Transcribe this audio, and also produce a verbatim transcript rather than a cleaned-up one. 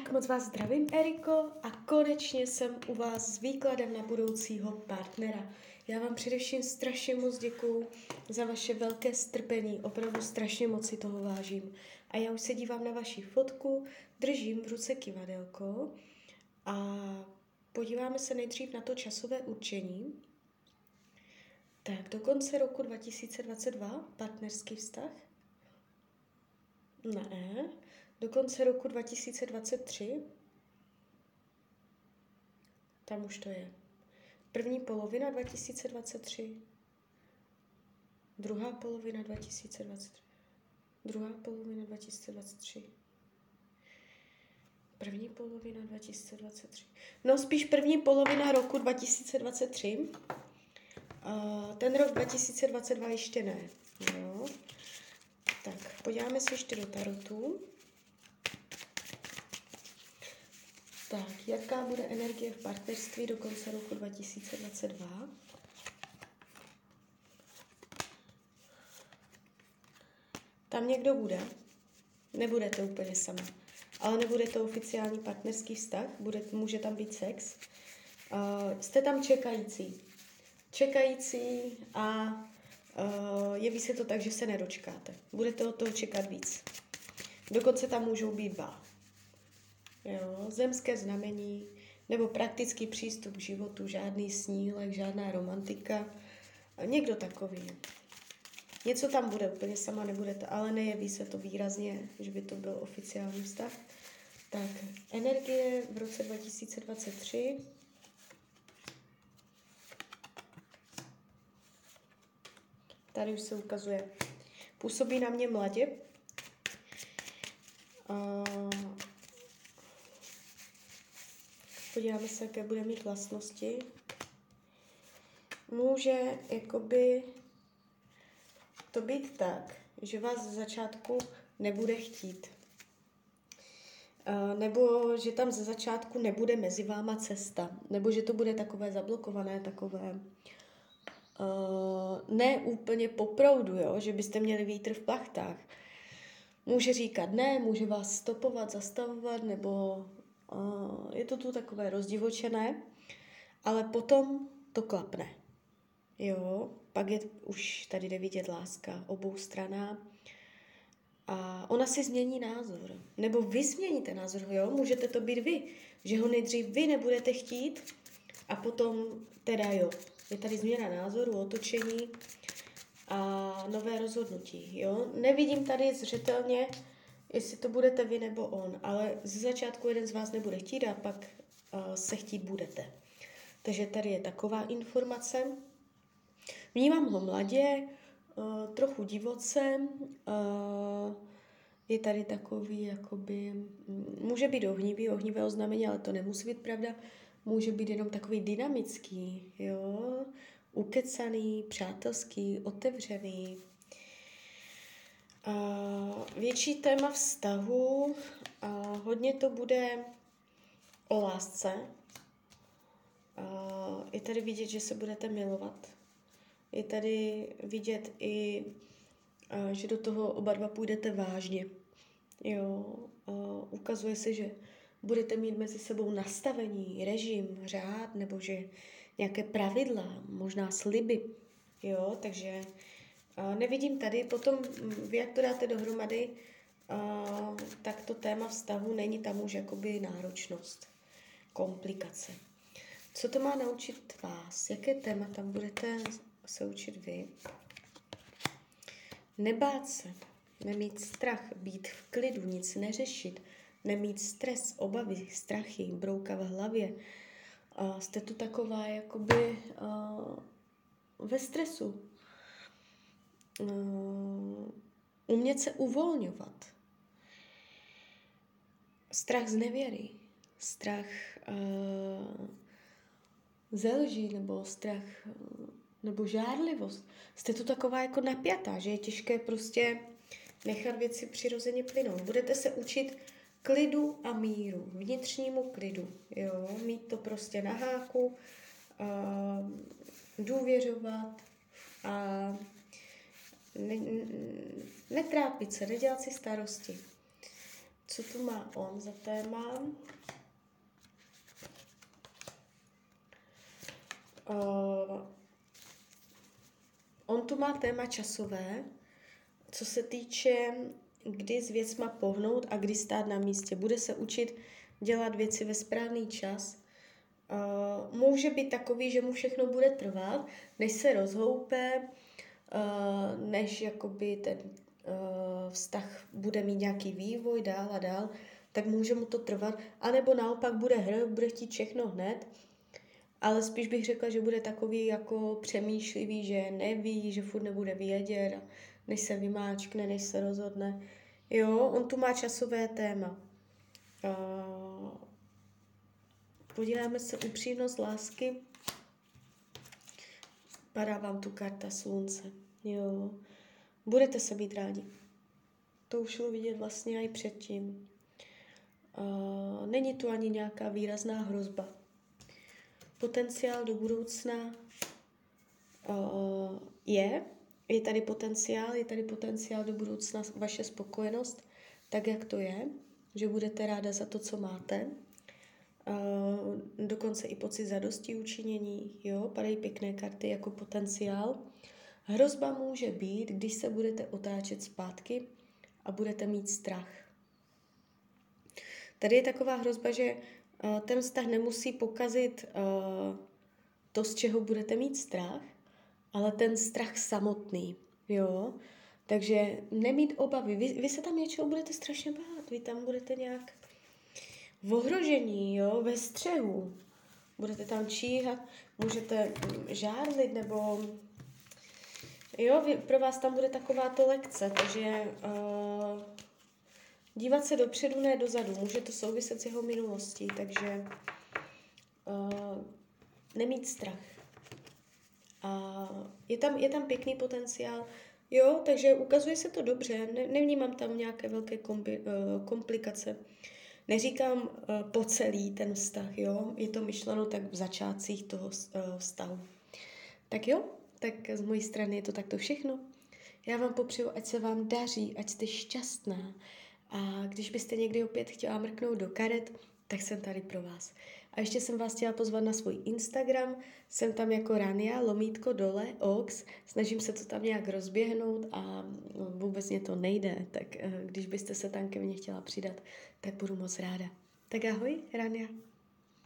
Tak moc vás zdravím, Eriko, a konečně jsem u vás s výkladem na budoucího partnera. Já vám především strašně moc děkuju za vaše velké strpení, opravdu strašně moc si toho vážím. A já už se dívám na vaši fotku, držím v ruce kivadelko a podíváme se nejdřív na to časové určení. Tak, do konce roku dva tisíce dvacet dva partnerský vztah? Ne. Do konce roku dva tisíce dvacet tři? Tam už to je. První polovina dva tisíce dvacet tři. Druhá polovina dva tisíce dvacet tři. Druhá polovina dva tisíce dvacet tři. První polovina dva tisíce dvacet tři. No spíš první polovina roku dva tisíce dvacet tři. Uh, ten rok dva tisíce dvacet dva ještě ne. Jo. Tak, podíváme se ještě do tarotu. Tak, jaká bude energie v partnerství do konce roku dva tisíce dvacet dva? Tam někdo bude. Nebudete úplně sama. Ale nebude to oficiální partnerský vztah. Bude, může tam být sex. Uh, jste tam čekající. Čekající a uh, jeví se to tak, že se nedočkáte. Budete od toho čekat víc. Dokonce tam můžou být dva. Jo, zemské znamení, nebo praktický přístup k životu, žádný snílek, žádná romantika, někdo takový. Něco tam bude, úplně sama nebudete, ale nejeví se to výrazně, že by to byl oficiální vztah. Tak, energie v roce dva tisíce dvacet tři. Tady už se ukazuje. Působí na mě mladě. Uh, Podíváme se, jaké bude mít vlastnosti. Může jakoby to být tak, že vás ze začátku nebude chtít. Uh, nebo že tam ze začátku nebude mezi váma cesta. Nebo že to bude takové zablokované, takové uh, ne úplně po proudu, jo? Že byste měli vítr v plachtách. Může říkat ne, může vás stopovat, zastavovat, nebo Uh, je to tu takové rozdivočené, ale potom to klapne. Jo, pak je už tady jde vidět láska obou stranám a ona si změní názor. Nebo vy změníte názor, jo, můžete to být vy, že ho nejdřív vy nebudete chtít a potom teda jo, je tady změna názoru, otočení a nové rozhodnutí, jo. Nevidím tady zřetelně, jestli to budete vy nebo on, ale ze začátku jeden z vás nebude chtít a pak uh, se chtít budete. Takže tady je taková informace. Vnímám ho mladě, uh, trochu divoce, uh, je tady takový, jakoby, může být ohnivý, ohnivé oznámení, ale to nemusí být pravda, může být jenom takový dynamický, jo, ukecaný, přátelský, otevřený. Uh, větší téma vztahu, uh, hodně to bude o lásce. Uh, je tady vidět, že se budete milovat. Je tady vidět i, uh, že do toho oba dva půjdete vážně. Jo, uh, ukazuje se, že budete mít mezi sebou nastavení, režim, řád, nebo že nějaké pravidla, možná sliby. Jo, takže Uh, nevidím tady, potom vy, jak to dáte dohromady, uh, tak to téma vztahu není tam už jakoby náročnost, komplikace. Co to má naučit vás? Jaké téma tam budete se učit vy? Nebát se, nemít strach, být v klidu, nic neřešit, nemít stres, obavy, strachy, brouka v hlavě. Uh, jste tu taková jakoby uh, ve stresu. Uh, umět se uvolňovat. Strach z nevěry, strach uh, ze lží, nebo strach, uh, nebo žárlivost. Jste tu taková jako napjatá, že je těžké prostě nechat věci přirozeně plynout. Budete se učit klidu a míru, vnitřnímu klidu. Jo? Mít to prostě na háku, uh, důvěřovat a Ne, netrápit se, nedělat si starosti. Co tu má on za téma? Uh, on tu má téma časové, co se týče, kdy s věcma pohnout a kdy stát na místě. Bude se učit dělat věci ve správný čas. Uh, může být takový, že mu všechno bude trvat, než se rozhoupe, uh, než jakoby ten uh, vztah bude mít nějaký vývoj dál a dál, tak může mu to trvat. A nebo naopak bude hrát, bude chtít všechno hned, ale spíš bych řekla, že bude takový jako přemýšlivý, že neví, že furt nebude vědět, než se vymáčkne, než se rozhodne. Jo, on tu má časové téma. Uh, podíváme se upřímnost lásky. Padá vám tu karta slunce. Jo, budete se být rádi. To už šlo vidět vlastně i předtím. Uh, není tu ani nějaká výrazná hrozba. Potenciál do budoucna uh, je, je tady potenciál, je tady potenciál do budoucna vaše spokojenost, tak jak to je, že budete ráda za to, co máte, uh, dokonce i pocit zadosti učinění, jo, padají pěkné karty jako potenciál. Hrozba může být, když se budete otáčet zpátky a budete mít strach. Tady je taková hrozba, že uh, ten vztah nemusí pokazit uh, to, z čeho budete mít strach, ale ten strach samotný, jo. Takže nemít obavy. Vy, vy se tam něčeho budete strašně bát. Vy tam budete nějak v ohrožení, jo, ve střehu. Budete tam číhat, můžete žárlit, nebo jo, vy, pro vás tam bude takováto lekce, takže uh, dívat se dopředu, ne dozadu. Může to souviset s jeho minulostí, takže uh, nemít strach. A je tam, je tam pěkný potenciál, jo, takže ukazuje se to dobře, ne, nevnímám tam nějaké velké kombi, uh, komplikace. Neříkám uh, po celý ten vztah, jo, je to myšleno tak v začátcích toho uh, vztahu. Tak jo, tak z mojí strany je to takto všechno. Já vám popřeju, ať se vám daří, ať jste šťastná. A když byste někdy opět chtěla mrknout do karet, tak jsem tady pro vás. A ještě jsem vás chtěla pozvat na svůj Instagram, jsem tam jako Rania, lomítko dole, ox, snažím se to tam nějak rozběhnout a vůbec mě to nejde, tak když byste se tam ke mně chtěla přidat, tak budu moc ráda. Tak ahoj, Rania.